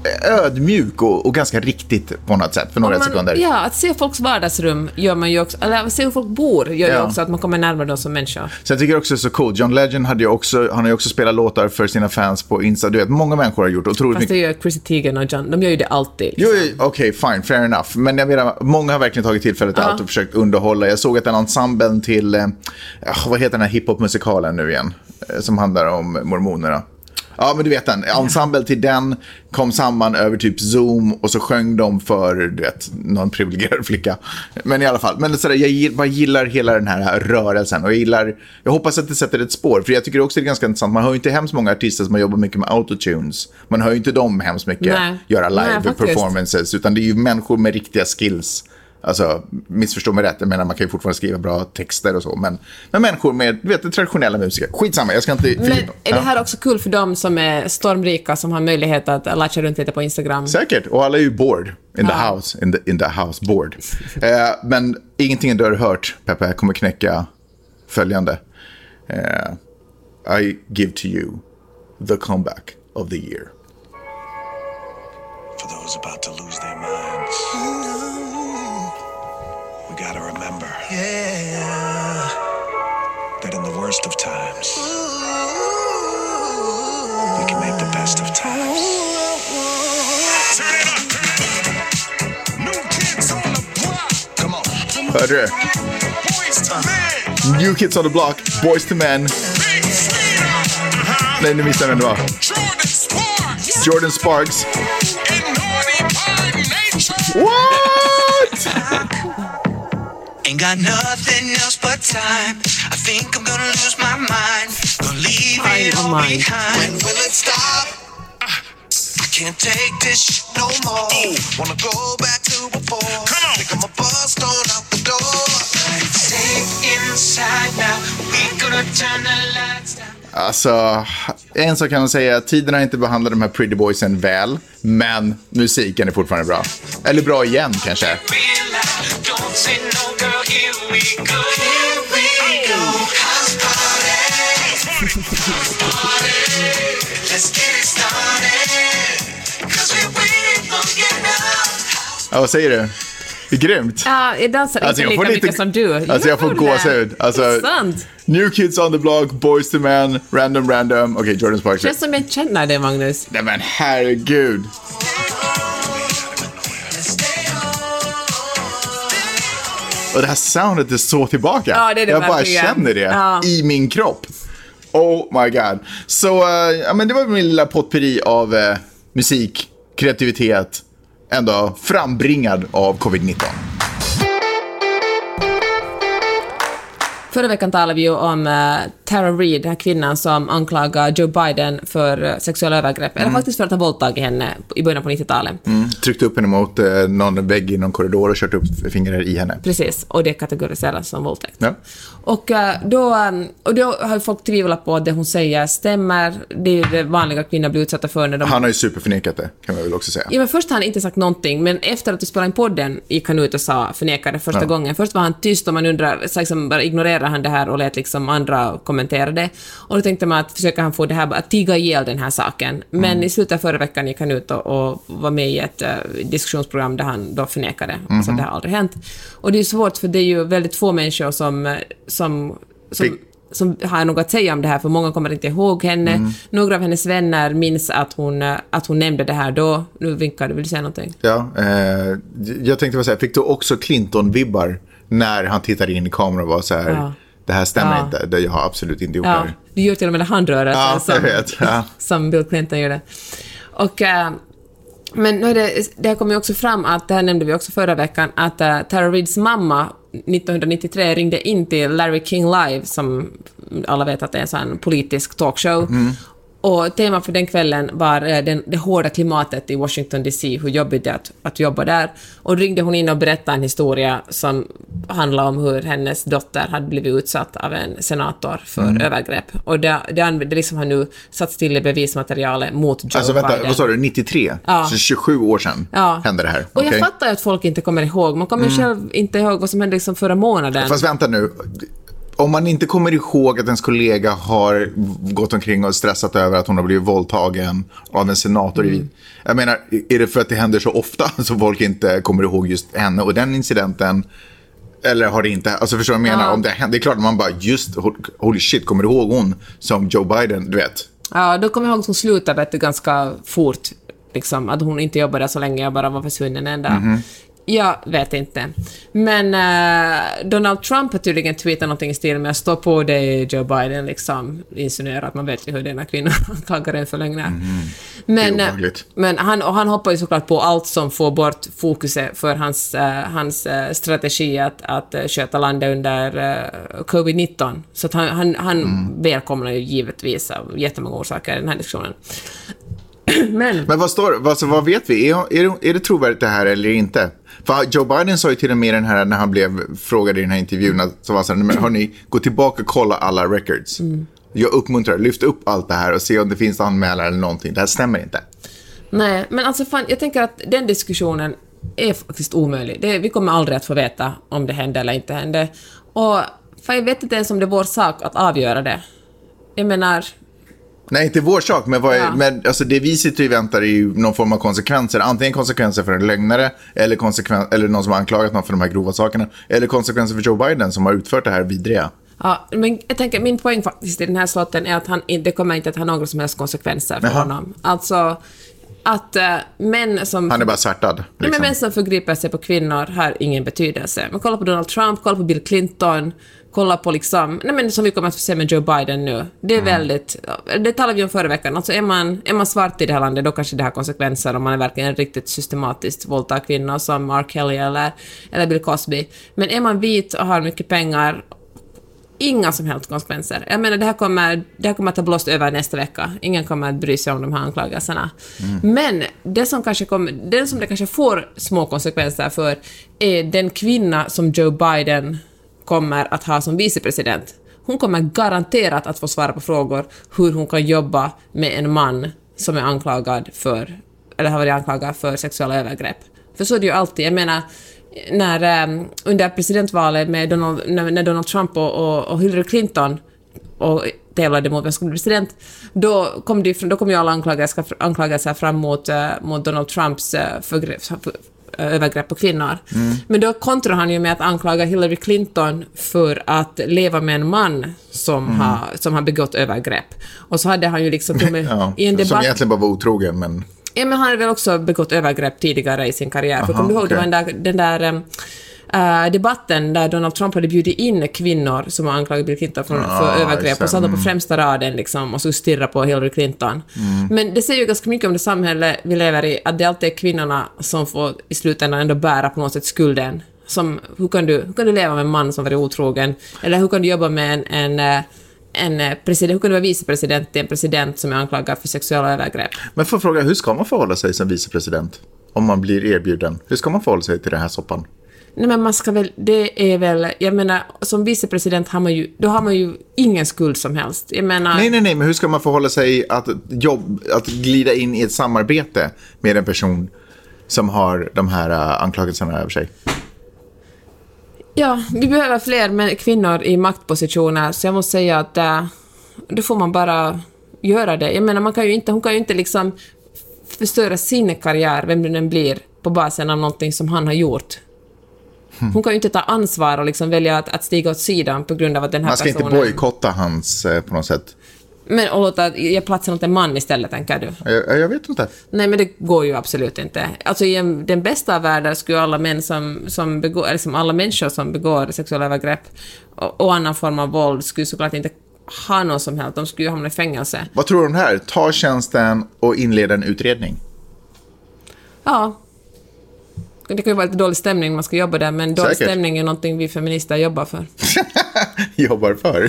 S2: ödmjuk och, och ganska riktigt på något sätt för några man, sekunder.
S3: Ja, att se folks vardagsrum gör man ju också, eller att se hur folk bor gör ja. ju också att man kommer närmare dem som människa.
S2: Så jag tycker också det är så coolt. John Legend hade ju också, han har ju också spelat låtar för sina fans på Insta. Du vet, många människor har gjort otroligt
S3: mycket. Fast det gör Chrissy Teigen och John, de gör ju det alltid. Liksom.
S2: Jo, okej, okay, fine, fair enough. Men jag menar, många har verkligen tagit tillfället uh-huh. allt och försökt underhålla. Jag såg att den ensemblen till, eh, vad heter den här hiphop-musikalen nu igen? Eh, som handlar om mormonerna. Ja, men du vet den. Ensemble till den kom samman över typ Zoom och så sjöng de för, du vet, någon privilegierad flicka. Men i alla fall, men så där, jag bara gillar hela den här rörelsen och jag gillar, jag hoppas att det sätter ett spår, för jag tycker också det är ganska intressant. Man hör ju inte hemskt många artister som har jobbat mycket med autotunes. Man hör ju inte dem hemskt mycket Nej. göra live Nej, performances, utan det är ju människor med riktiga skills. Alltså, missförstå mig rätt, jag menar man kan ju fortfarande skriva bra texter och så, men, men människor med, du vet, traditionella musiker. Skitsamma, jag ska inte...
S3: Men är det här också kul för dem som är stormrika, som har möjlighet att latcha runt lite på Instagram?
S2: Säkert, och alla är ju bored in the ja. house, in the, in the house, bored. eh, men ingenting du har hört, Peppe, kommer knäcka följande. Eh, I give to you the comeback of the year.
S6: For those about to lose their minds, we gotta remember, yeah, that in the worst of times, we can make the best of times. Turn it up, turn it up. New kids on the block. Come on.
S2: Hörde du?
S6: Boys to men.
S2: New Kids on the Block, Boys to Men. Nej, nu missade jag vem det var.
S6: Jordan Sparks.
S2: Jordan Sparks.
S6: And Naughty by Nature.
S2: What?
S6: Ain't got nothing else but time. I think I'm gonna lose my mind. Gonna leave it all behind. When will it stop? Uh, I can't take this shit no more. Oh. Wanna go back to before. Come on. Think I'm a bust on out the door. But it's safe inside now. We gonna turn the lights down.
S2: Alltså, en sak kan man säga, tiderna inte behandlar de här Pretty Boysen väl, men musiken är fortfarande bra. Eller bra igen, kanske. Ja, vad säger du? Det är grymt.
S3: Ja, jag dansar inte
S2: alltså,
S3: lika mycket
S2: lite,
S3: som du.
S2: Alltså jag får gåshud. Alltså,
S3: sant.
S2: New Kids on the Block, Boys to Men, Random Random. Okej, okay, Jordan Sparks.
S3: Det känns som jag känner det, Magnus.
S2: Nej men herregud. Och det här soundet är så tillbaka.
S3: Ja, det är det
S2: jag bara
S3: verkligen.
S2: känner det
S3: Ja.
S2: i min kropp. Oh my god. Så, uh, ja men det var min lilla potpurri av uh, musik, kreativitet, ändå frambringad av covid nitton.
S3: Förra veckan talade vi ju om uh, Tara Reid, den här kvinnan som anklagar Joe Biden för uh, sexuella övergrepp. Mm. Eller faktiskt för att ha våldtagit henne i början på nittiotalet.
S2: Mm. Tryckt upp henne mot uh, någon vägg i någon korridor och kört upp fingrar i henne.
S3: Precis, och det kategoriseras som våldtäkt.
S2: Ja.
S3: Och, uh, då, um, och då har folk tvivlat på att det hon säger stämmer. Det är det vanliga kvinnor blir utsatta för när de...
S2: Han har ju superförnekat det, kan man väl också säga.
S3: Ja, men först har han inte sagt någonting, men efter att vi spelade in podden gick han ut och sa förnekade första ja. gången. Först var han tyst och man undrar, så liksom bara ignorerar han det här och lät liksom andra kommentera det. Och då tänkte man att försöka han få det här att tiga ihjäl den här saken. Men mm. i slutet av förra veckan gick han ut och, och var med i ett uh, diskussionsprogram där han då förnekade. Mm-hmm. Så det har aldrig hänt. Och det är svårt för det är ju väldigt få människor som, som, som, som har något att säga om det här, för många kommer inte ihåg henne. Mm. Några av hennes vänner minns att hon, att hon nämnde det här då. Nu vinkar du, vill du säga någonting?
S2: Ja, eh, jag tänkte bara säga, fick du också Clinton-vibbar när han tittade in i kameran och var så här... Ja. Det här stämmer ja. inte. Det jag har absolut inte gjort
S3: ja.
S2: här.
S3: Du gör till och med det handrörelsen
S2: ja,
S3: som,
S2: ja.
S3: som Bill Clinton gjorde. Och, äh, men nu är det, det här kommer ju också fram att, det här nämnde vi också förra veckan, att äh, Tara Reids mamma nittonhundranittiotre ringde in till Larry King Live, som alla vet att det är en sån politisk talkshow. Mm. Och temat för den kvällen var den, det hårda klimatet i Washington D C, hur jobbigt det är att, att jobba där. Och ringde hon in och berättade en historia som handlar om hur hennes dotter hade blivit utsatt av en senator för mm. övergrepp. Och det, det, det liksom har nu satt till i bevismaterialet mot Joe
S2: alltså, vänta,
S3: Biden.
S2: Vad sa du, nittiotre?
S3: Ja.
S2: Så tjugosju år sedan
S3: ja.
S2: hände det här.
S3: Och
S2: okay.
S3: jag fattar ju att folk inte kommer ihåg. Man kommer mm. själv inte ihåg vad som hände liksom förra månaden.
S2: Fast vänta nu. Om man inte kommer ihåg att ens kollega har gått omkring och stressat över att hon har blivit våldtagen av en senator. Mm. Jag menar, är det för att det händer så ofta så folk inte kommer ihåg just henne och den incidenten? Eller har det inte? Alltså förstår jag menar? Ja. Om det händer, det är klart att man bara just, holy shit, kommer ihåg hon som Joe Biden, du vet.
S3: Ja, då kommer jag ihåg att hon slutade ganska fort. Liksom, att hon inte jobbade så länge, jag bara var försvunnen ända. Mm-hmm. Jag vet inte. Men uh, Donald Trump har tydligen tweetat någonting i stil med att stå på det Joe Biden liksom insinuerar att man vet ju hur denna kvinna klagar en för länge. Mm. Men, uh, men han, och han hoppar ju såklart på allt som får bort fokuset för hans, uh, hans uh, strategi att, att uh, sköta landet under uh, covid nitton. Så att han, han, han mm. välkomnar ju givetvis av jättemånga orsaker i den här diskussionen. Men,
S2: men vad står alltså, vad vet vi? Är, är, det, är det trovärdigt det här eller inte? För Joe Biden sa ju till och med den här när han blev frågad i den här intervjun att, så var så här, men hörni, gå tillbaka och kolla alla records. Mm. Jag uppmuntrar, lyft upp allt det här och se om det finns anmälare eller någonting. Det här stämmer inte.
S3: Nej, men alltså fan, jag tänker att den diskussionen är faktiskt omöjlig. Det, vi kommer aldrig att få veta om det hände eller inte hände. Och fan, jag vet inte ens om det är vår sak att avgöra det. Jag menar...
S2: Nej, inte vår sak, men, vad är,
S3: ja.
S2: men alltså, det vi sitter och väntar är ju någon form av konsekvenser. Antingen konsekvenser för en lögnare eller, konsekven- eller någon som har anklagat någon för de här grova sakerna. Eller konsekvenser för Joe Biden som har utfört det här vidriga.
S3: Ja, men jag tänker, min poäng faktiskt i den här slotten är att han, det kommer inte att ha några som helst konsekvenser för Jaha. honom. Alltså... att uh, män som...
S2: Han är bara svärtad. Liksom.
S3: Men män som förgriper sig på kvinnor har ingen betydelse. Men kolla på Donald Trump, kolla på Bill Clinton, kolla på liksom... Nej, men som vi kommer att få se med Joe Biden nu. Det är mm. väldigt... Det talade vi om förra veckan. Alltså är man, är man svart i det här landet, då kanske det har konsekvenser om man är verkligen riktigt systematiskt våldtar kvinnor som R. Kelly eller, eller Bill Cosby. Men är man vit och har mycket pengar... Inga som helst konsekvenser. Jag menar, det här kommer, det här kommer att ta blåst över nästa vecka. Ingen kommer att bry sig om de här anklagelserna. Mm. Men det som, kanske kommer, det som det kanske får små konsekvenser för är den kvinna som Joe Biden kommer att ha som vicepresident. hon kommer garanterat att få svara på frågor hur hon kan jobba med en man som är anklagad för, eller har varit anklagad för sexuella övergrepp. För så är det ju alltid. Jag menar, när um, under presidentvalet med Donald, när, när Donald Trump och, och, och Hillary Clinton och tävlade mot vem som skulle bli president, då kom, det, då kom ju alla anklagelser, anklagelser fram mot, uh, mot Donald Trumps uh, förgrepp, för, övergrepp på kvinnor. Mm. Men då kontrar han ju med att anklaga Hillary Clinton för att leva med en man som, mm. har, som har begått övergrepp. Och så hade han ju liksom med,
S2: ja,
S3: i en debatt...
S2: Som egentligen bara var otrogen, men...
S3: Ja, men han hade väl också begått övergrepp tidigare i sin karriär. Aha, för kom du ihåg, okay. det var den där, den där uh, debatten där Donald Trump hade bjudit in kvinnor som har anklagat Bill Clinton för, ah, för övergrepp och satt på främsta raden liksom, och så stirra på Hillary Clinton. Mm. Men det säger ju ganska mycket om det samhälle vi lever i, att det alltid är kvinnorna som får i slutändan ändå bära på något sätt skulden. Som, hur, kan du, hur kan du leva med en man som var otrogen? Eller hur kan du jobba med en... en en president, hur kan du vara vicepresident till en president som är anklagad för sexuella övergrepp?
S2: Men för att fråga, hur ska man förhålla sig som vicepresident om man blir erbjuden? Hur ska man förhålla sig till den här soppan?
S3: Nej, men man ska väl, det är väl, jag menar, som vicepresident har man ju, då har man ju ingen skuld som helst. Jag menar...
S2: Nej, nej, nej, men hur ska man förhålla sig att, jobb, att glida in i ett samarbete med en person som har de här uh, anklagelserna över sig?
S3: Ja, vi behöver fler med kvinnor i maktpositioner, så jag måste säga att äh, då får man bara göra det. Jag menar, man kan ju inte, hon kan ju inte liksom förstöra sin karriär, vem den blir, på basen av någonting som han har gjort. Hon kan ju inte ta ansvar och liksom välja att, att stiga åt sidan på grund av att den här personen...
S2: Man ska personen... inte bojkotta hans eh, på något sätt.
S3: Men och låta ge platsen åt en man istället, tänker du?
S2: Jag, jag vet inte.
S3: Nej, men det går ju absolut inte. Alltså i en, den bästa av världen skulle alla män som, som begår, liksom alla människor som begår sexuella övergrepp och, och annan form av våld skulle såklart inte ha någon som helst. De skulle ju hamna i fängelse.
S2: Vad tror du om det här? Ta tjänsten och inleda en utredning.
S3: Ja. Det kan ju vara lite dålig stämning när man ska jobba där, men dålig
S2: Säkert.
S3: stämning är någonting vi feminister jobbar för.
S2: Jobbar för?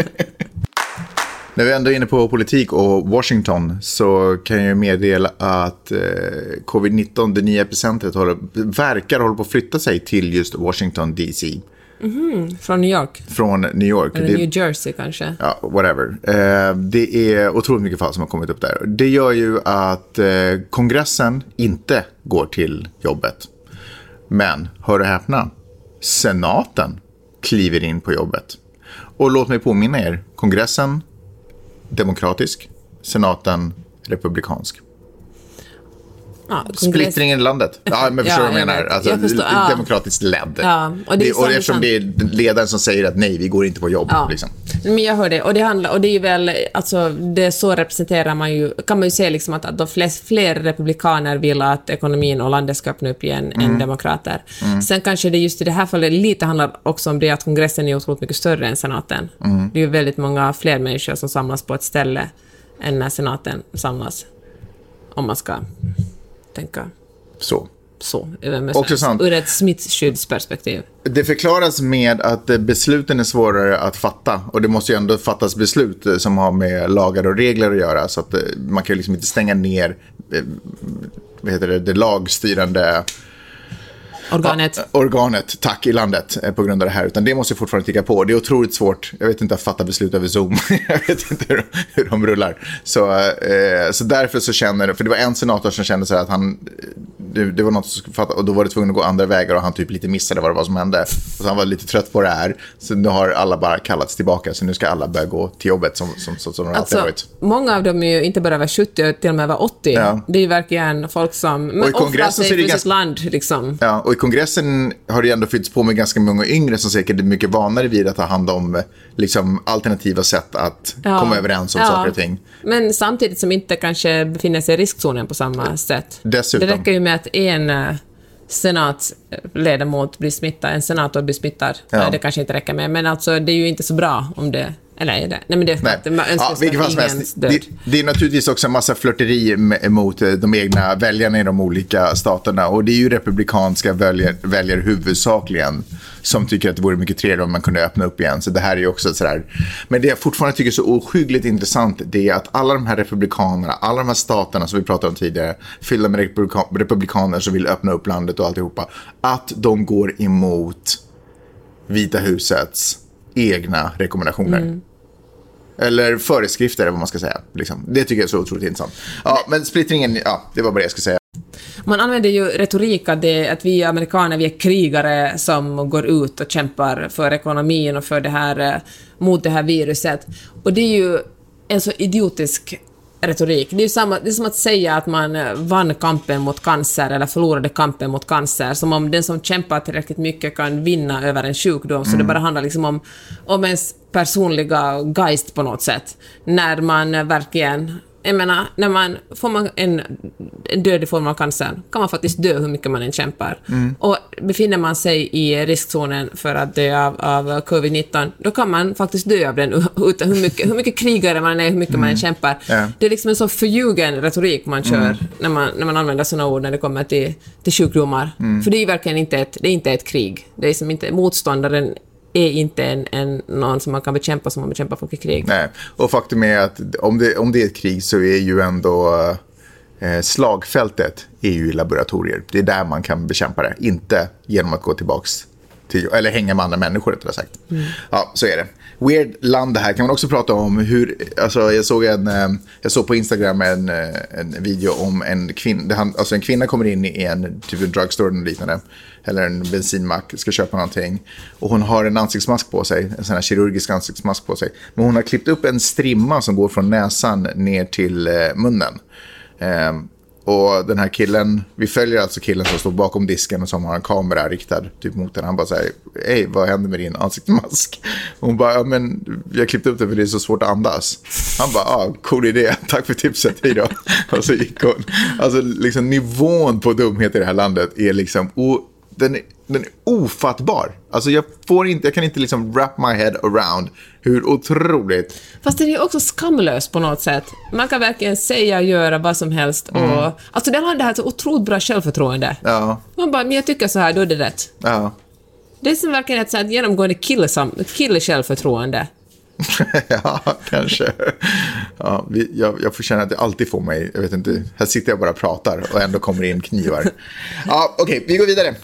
S2: När vi ändå är inne på politik och Washington så kan jag meddela att eh, covid nitton, det nya epicentret, håller, verkar hålla på att flytta sig till just Washington D C.
S3: Mm-hmm. Från New York?
S2: Från New York.
S3: Eller
S2: det,
S3: New Jersey kanske?
S2: Ja, whatever. Eh, det är otroligt mycket fall som har kommit upp där. Det gör ju att eh, kongressen inte går till jobbet. Men, hör och häpna, senaten kliver in på jobbet. Och låt mig påminna er, kongressen demokratisk, senaten republikansk.
S3: Ja, kongress...
S2: Splittringen i landet. Ja, men förstår
S3: ja,
S2: vad jag menar. Alltså,
S3: jag förstår, ja.
S2: Demokratiskt ledd.
S3: Ja, och det är
S2: det, och eftersom det är ledaren som säger att nej, vi går inte på jobb.
S3: Ja.
S2: Liksom.
S3: Men jag hör det. Och det handlar, och det är ju väl, alltså, det så representerar man ju, kan man ju säga liksom att, att de flest, fler republikaner vill att ekonomin och landet ska öppna upp igen mm. än demokrater. Mm. Sen kanske det just i det här fallet lite handlar också om det att kongressen är otroligt mycket större än senaten. Mm. Det är ju väldigt många fler människor som samlas på ett ställe än när senaten samlas. Om man ska tänka
S2: så.
S3: Så,
S2: också sant.
S3: Ur ett smittskyddsperspektiv.
S2: Det förklaras med att besluten är svårare att fatta. Och det måste ju ändå fattas beslut som har med lagar och regler att göra. Så att man kan ju liksom inte stänga ner vad heter det, det lagstyrande
S3: organet.
S2: Ja, organet, tack, i landet på grund av det här. Utan det måste fortfarande ticka på. Det är otroligt svårt. Jag vet inte att fatta beslut över Zoom. Jag vet inte hur, hur de rullar. Så, eh, så därför så känner, för det var en senator som kände så här att han, det, det var något som skulle fatta, och då var det tvungen att gå andra vägar och han typ lite missade vad det var som hände. Och så han var lite trött på det här. Så nu har alla bara kallats tillbaka. Så nu ska alla börja gå till jobbet som, som, som, som de
S3: alltså,
S2: alltid varit.
S3: Många av dem är ju inte bara över sjuttio, till och med över åttio. Ja. Det är ju verkligen folk som men offrar sig för
S2: ganska...
S3: sitt land. Liksom.
S2: Ja, och i kongressen har det ändå fyllts på med ganska många yngre som säkert är mycket vanare vid att ta hand om liksom, alternativa sätt att ja. komma överens om ja. saker och ting.
S3: Men samtidigt som inte kanske befinner sig i riskzonen på samma sätt.
S2: Dessutom.
S3: Det räcker ju med att en uh, senatsledamot blir smittad, en senator blir smittad. Ja. Det kanske inte räcker med, men alltså det är ju inte så bra om det. Eller är det? Nej, men det är faktiskt man önskar
S2: ja, att ingen död. Det, det är naturligtvis också en massa flörteri mot de egna väljarna i de olika staterna. Och det är ju republikanska väljare, väljare huvudsakligen som tycker att det vore mycket trevligt om man kunde öppna upp igen. Så det här är ju också sådär. Men det jag fortfarande tycker är så ohyggligt intressant, det är att alla de här republikanerna, alla de här staterna som vi pratade om tidigare, fyllda med republika- republikaner som vill öppna upp landet och alltihopa, att de går emot Vita husets egna rekommendationer. Mm. Eller föreskrifter, eller vad man ska säga. Liksom. Det tycker jag är så otroligt intressant. Ja, men splittringen, ja, det var bara det jag skulle säga.
S3: Man använder ju retorik att, det, att vi amerikaner, vi är krigare som går ut och kämpar för ekonomin och för det här, mot det här viruset. Och det är ju en så idiotisk retorik. Det är ju samma, det är som att säga att man vann kampen mot cancer eller förlorade kampen mot cancer, som om den som kämpar tillräckligt mycket kan vinna över en sjukdom. Mm. Så det bara handlar liksom om, om ens personliga geist på något sätt. När man verkligen, jag menar, när man får man en, en dödlig form av cancer kan man faktiskt dö hur mycket man än kämpar. Mm. Och befinner man sig i riskzonen för att dö av, av covid nitton, då kan man faktiskt dö av den utan hur mycket, hur mycket krigare man är, hur mycket mm. man än kämpar. Yeah. Det är liksom en så förljugen retorik man kör mm. när, man, när man använder sådana ord när det kommer till, till sjukdomar. Mm. För det är ju verkligen inte ett, det är inte ett krig. Det är som inte motståndaren är inte en, en, någon som man kan bekämpa som man bekämpar folk i krig.
S2: Nej, och faktum är att om det, om det är ett krig så är ju ändå eh, slagfältet är ju i laboratorier. Det är där man kan bekämpa det, inte genom att gå tillbaks till, eller hänga med andra människor, rättare sagt. Mm. Ja, så är det. Weird land det här. Kan man också prata om hur, alltså jag såg en, jag såg på Instagram en, en video om en kvinna, alltså en kvinna kommer in i en typ en drugstore eller liknande, eller en bensinmack, ska köpa någonting, och hon har en ansiktsmask på sig, en sån här kirurgisk ansiktsmask på sig, men hon har klippt upp en strimma som går från näsan ner till munnen. Um, Och den här killen, vi följer alltså killen som står bakom disken och som har en kamera riktad typ mot den. Han bara säger, hej, vad händer med din ansiktsmask? Och hon bara, ja men jag klippte upp det för det är så svårt att andas. Han bara, ja, ah, cool idé, tack för tipset, hej då. Och så gick hon. Alltså liksom nivån på dumhet i det här landet är liksom, o- den, är, den är ofattbar. Alltså jag får inte, jag kan inte liksom wrap my head around hur otroligt.
S3: Fast det är ju också skamlöst på något sätt. Man kan verkligen säga och göra vad som helst. Och, mm. Alltså den har det här så otroligt bra självförtroende.
S2: Ja.
S3: Man bara, men jag tycker så här, då är det rätt.
S2: Ja.
S3: Det är som verkligen ett sånt genomgående kille, kille självförtroende.
S2: Ja, kanske. Ja, vi, jag, jag får känna att det alltid får mig, jag vet inte, här sitter jag bara och pratar och ändå kommer in knivar. Ja, okej, okay, vi går vidare.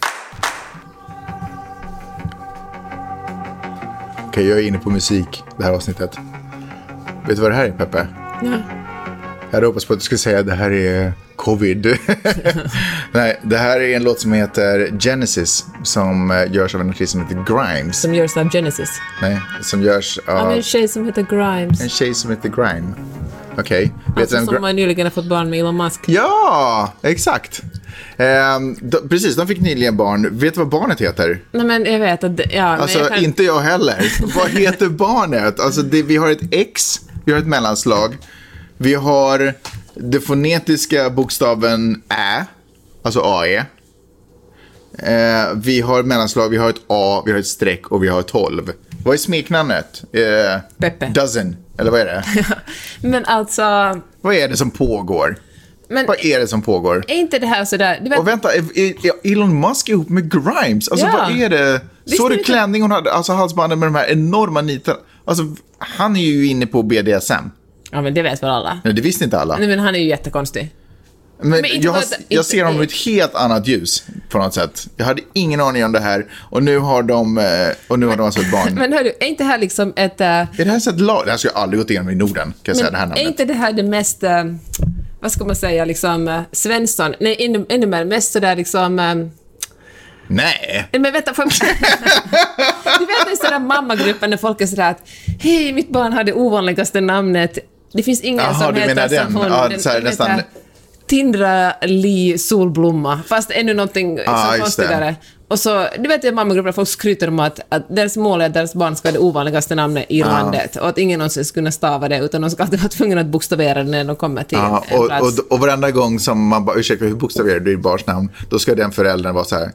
S2: Okej, okay, jag är inne på musik det här avsnittet. Vet du vad det här är, Peppe?
S3: Ja.
S2: Jag hade hoppats på att du skulle säga att det här är covid. Nej, det här är en låt som heter Genesis, som görs av en artist som heter Grimes.
S3: Som görs av Genesis?
S2: Nej, som görs av...
S3: Ja, en tjej som heter Grimes.
S2: En tjej som heter Grime. Okej. Okay.
S3: Alltså som Gra- nyligen har fått barn med Elon Musk.
S2: Ja, exakt. Ehm, då, precis, de fick nyligen barn. Vet du vad barnet heter?
S3: Nej, men jag vet att... Ja,
S2: alltså,
S3: men jag kan...
S2: inte jag heller. Vad heter barnet? Alltså, det, vi har ett X, vi har ett mellanslag. Vi har den fonetiska bokstaven Ä, alltså A E. Eh, vi har mellanslag, vi har ett A, vi har ett streck och vi har tolv. Vad är smeknamnet? Eh,
S3: Peppe.
S2: Dozen, eller vad är det?
S3: Men alltså...
S2: Vad är det som pågår?
S3: Men
S2: vad är det som pågår?
S3: Är inte det här sådär... Du vet...
S2: Och vänta, är, är Elon Musk ihop med Grimes? Alltså
S3: ja.
S2: Vad är det? Så du klänning hon hade, alltså halsbanden med de här enorma nitarna. Alltså han är ju inne på B D S M.
S3: Ja, men det vet väl alla.
S2: Nej, det visste inte alla.
S3: Nej, men han är ju jättekonstig.
S2: Men, men jag, har, jag ser honom i ett helt annat ljus på något sätt. Jag hade ingen aning om det här. Och nu har de, och nu har de alltså ett barn.
S3: Men hörru, är inte det här liksom ett... Uh... Är
S2: det här så ett lag? Det här ska jag aldrig gått igenom i Norden, kan jag säga det här namnet.
S3: Är inte det här det mest... Uh, vad ska man säga, liksom... Uh, Svensson? Nej, ännu, ännu mer. Mest sådär liksom... Uh,
S2: Nej.
S3: Men vänta, får jag... Du vet den sådär mammagruppen när folk är sådär att hej, mitt barn har det ovanligaste namnet. Det finns ingen
S2: Aha,
S3: som heter
S2: den.
S3: Hon,
S2: ja,
S3: den,
S2: så här, nästan...
S3: Tindra Li Solblomma, fast ännu någonting
S2: ah,
S3: så konstigare. Och så, du vet att mammagruppen folk skryter om att, att deras mål är att deras barn ska ha det ovanligaste namnet i ah. landet. Och att ingen någonsin ska kunna stava det, utan de ska alltid vara tvungna att bokstavera det när de kommer till ah, en
S2: och,
S3: plats.
S2: Och, och varenda gång som man bara, ursäkta, hur bokstaverar du ditt barns namn? Då ska den föräldern vara så här.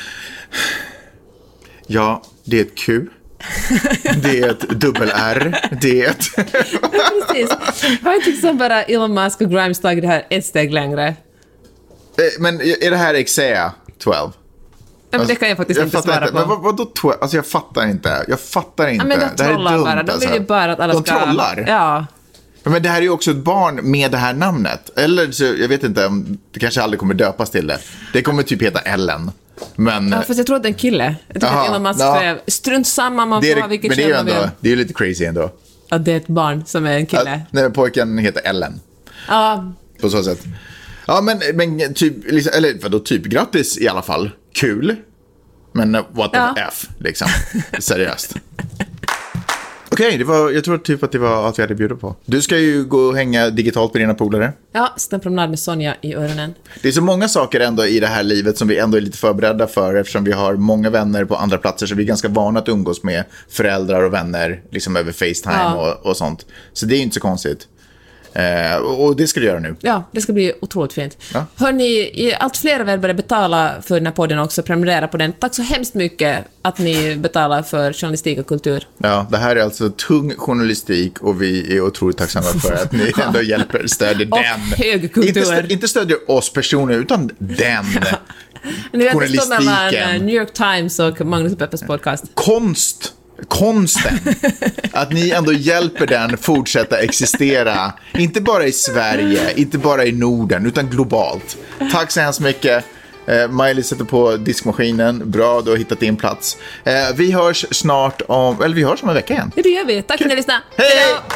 S2: Ja, det är ett Q. Det är ett dubbel-R. Det är ett...
S3: Precis. Har inte liksom bara Elon Musk och Grimes tagit det här ett steg längre?
S2: Men är det här Exea tolv?
S3: Ja, men alltså, det kan jag faktiskt jag inte svara inte. på.
S2: Men vad, vad då tolv? Alltså jag fattar inte. Jag fattar inte.
S3: Ja, men de trollar
S2: det här är dumt,
S3: bara. De vill ju
S2: alltså.
S3: bara att alla
S2: de
S3: ska...
S2: De trollar?
S3: Ja.
S2: Men det här är ju också ett barn med det här namnet. Eller så, jag vet inte om det kanske aldrig kommer döpas till det. Det kommer typ heta Ellen. Men,
S3: ja, fast jag tror att det är en kille. Jag tror att Elon Musk skrev, strunt samma, man får ha vilket kön man vill.
S2: Det är lite crazy ändå.
S3: Ja, det är ett barn som är en kille.
S2: Ja, när pojken heter Ellen.
S3: Ja.
S2: På så sätt. Ja, men, men typ, liksom, eller vadå, typ grattis i alla fall. Kul. Men what the ja. F, liksom. Seriöst. Okej, okay, det var, jag tror typ att det var allt vi hade bjudit på. Du ska ju gå och hänga digitalt på dina polare.
S3: Ja, en promenad med Sonja i öronen.
S2: Det är så många saker ändå i det här livet som vi ändå är lite förberedda för, eftersom vi har många vänner på andra platser, så vi är ganska vana att umgås med föräldrar och vänner liksom över FaceTime ja. och, och sånt. Så det är inte så konstigt. Eh, och det ska du göra nu.
S3: Ja, det ska bli otroligt fint.
S2: Ja.
S3: Hörrni, allt fler av er börjar betala för den här podden också, prenumerera på den. Tack så hemskt mycket att ni betalar för journalistik och kultur.
S2: Ja, det här är alltså tung journalistik och vi är otroligt tacksamma för att ni ändå hjälper, stödjer
S3: och
S2: den.
S3: Hög kultur.
S2: Inte, stö- inte stödjer oss personer, utan den.
S3: Ni vet, det står mellan New York Times och Magnus och Peppes podcast.
S2: Konst. Konsten. Att ni ändå hjälper den fortsätta existera. Inte bara i Sverige, inte bara i Norden, utan globalt. Tack så hemskt mycket. eh, Miley sätter på diskmaskinen. Bra, du har hittat din plats. eh, Vi hörs snart om, eller vi hörs om en vecka igen.
S3: Det gör vi, tack för att ni lyssnade.
S2: Hej!